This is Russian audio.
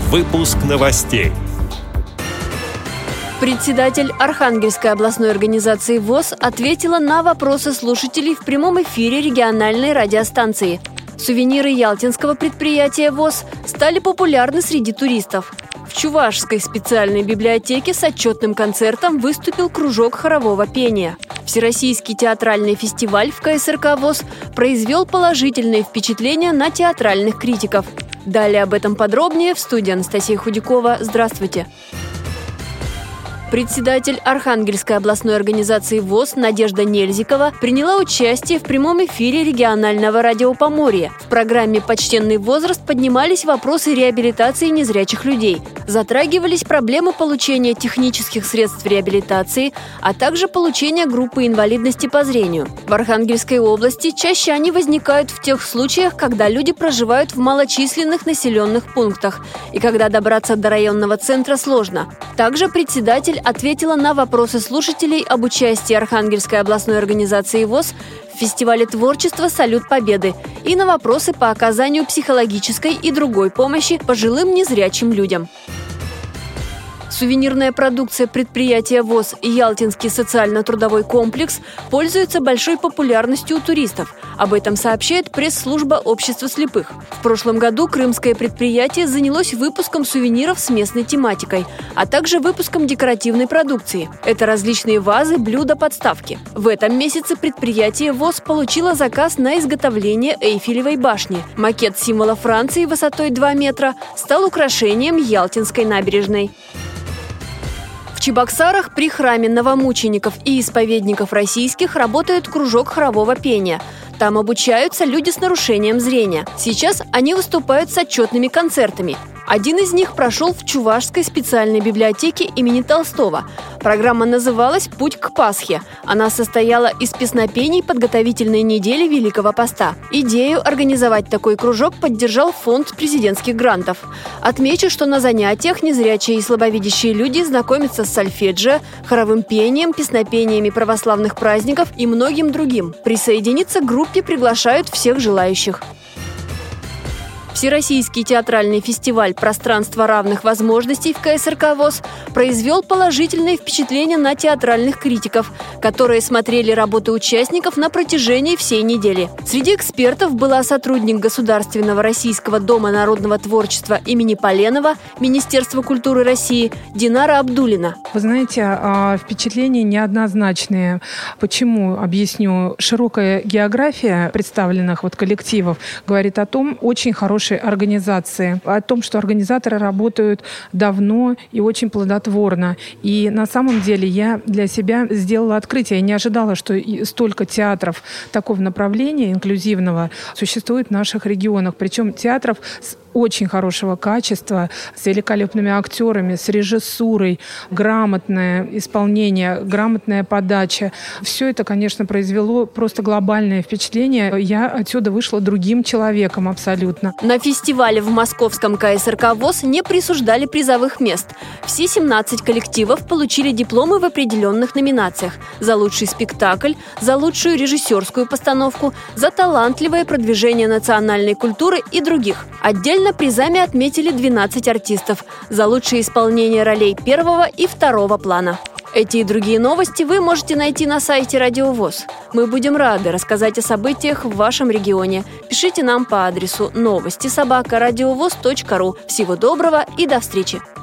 Выпуск новостей. Председатель Архангельской областной организации ВОС ответила на вопросы слушателей в прямом эфире региональной радиостанции. Сувениры ялтинского предприятия ВОС стали популярны среди туристов. В Чувашской специальной библиотеке с отчетным концертом выступил кружок хорового пения. Всероссийский театральный фестиваль в КСРК ВОС произвел положительные впечатления на театральных критиков. Далее об этом подробнее в студии Анастасия Худякова. Здравствуйте! Председатель Архангельской областной организации ВОС Надежда Нельзикова приняла участие в прямом эфире регионального радио Поморья. В программе «Почтенный возраст» поднимались вопросы реабилитации незрячих людей. Затрагивались проблемы получения технических средств реабилитации, а также получения группы инвалидности по зрению. В Архангельской области чаще они возникают в тех случаях, когда люди проживают в малочисленных населенных пунктах и когда добраться до районного центра сложно. Также председатель ответила на вопросы слушателей об участии Архангельской областной организации ВОС в фестивале творчества «Салют Победы» и на вопросы по оказанию психологической и другой помощи пожилым незрячим людям. Сувенирная продукция предприятия ВОС и Ялтинский социально-трудовой комплекс пользуется большой популярностью у туристов. Об этом сообщает пресс-служба Общества слепых. В прошлом году крымское предприятие занялось выпуском сувениров с местной тематикой, а также выпуском декоративной продукции. Это различные вазы, блюда, подставки. В этом месяце предприятие ВОС получило заказ на изготовление Эйфелевой башни. Макет символа Франции высотой 2 метра стал украшением Ялтинской набережной. В Чебоксарах при храме новомучеников и исповедников российских работает кружок хорового пения. Там обучаются люди с нарушением зрения. Сейчас они выступают с отчетными концертами. Один из них прошел в Чувашской специальной библиотеке имени Толстого. Программа называлась «Путь к Пасхе». Она состояла из песнопений подготовительной недели Великого Поста. Идею организовать такой кружок поддержал фонд президентских грантов. Отмечу, что на занятиях незрячие и слабовидящие люди знакомятся с сольфеджио, хоровым пением, песнопениями православных праздников и многим другим. Присоединиться к группе приглашают всех желающих. Всероссийский театральный фестиваль «Пространство равных возможностей» в КСРК ВОС произвел положительные впечатления на театральных критиков, которые смотрели работы участников на протяжении всей недели. Среди экспертов была сотрудник Государственного российского дома народного творчества имени Поленова, Министерства культуры России Динара Абдуллина. Вы знаете, впечатления неоднозначные. Почему? Объясню. Широкая география представленных коллективов говорит о том, очень хорошей организации, о том, что организаторы работают давно и очень плодотворно. И на самом деле я для себя сделала открытие. Я не ожидала, что столько театров такого направления, инклюзивного, существует в наших регионах. Причем театров с очень хорошего качества, с великолепными актерами, с режиссурой, грамотное исполнение, грамотная подача. Все это, конечно, произвело просто глобальное впечатление. Я отсюда вышла другим человеком абсолютно. На фестивале в московском КСРК ВОС не присуждали призовых мест. Все 17 коллективов получили дипломы в определенных номинациях: за лучший спектакль, за лучшую режиссерскую постановку, за талантливое продвижение национальной культуры и других. Отдельно призами отметили 12 артистов за лучшее исполнение ролей первого и второго плана. Эти и другие новости вы можете найти на сайте Радио ВОС. Мы будем рады рассказать о событиях в вашем регионе. Пишите нам по адресу новости@радиовос.ру. Всего доброго и до встречи!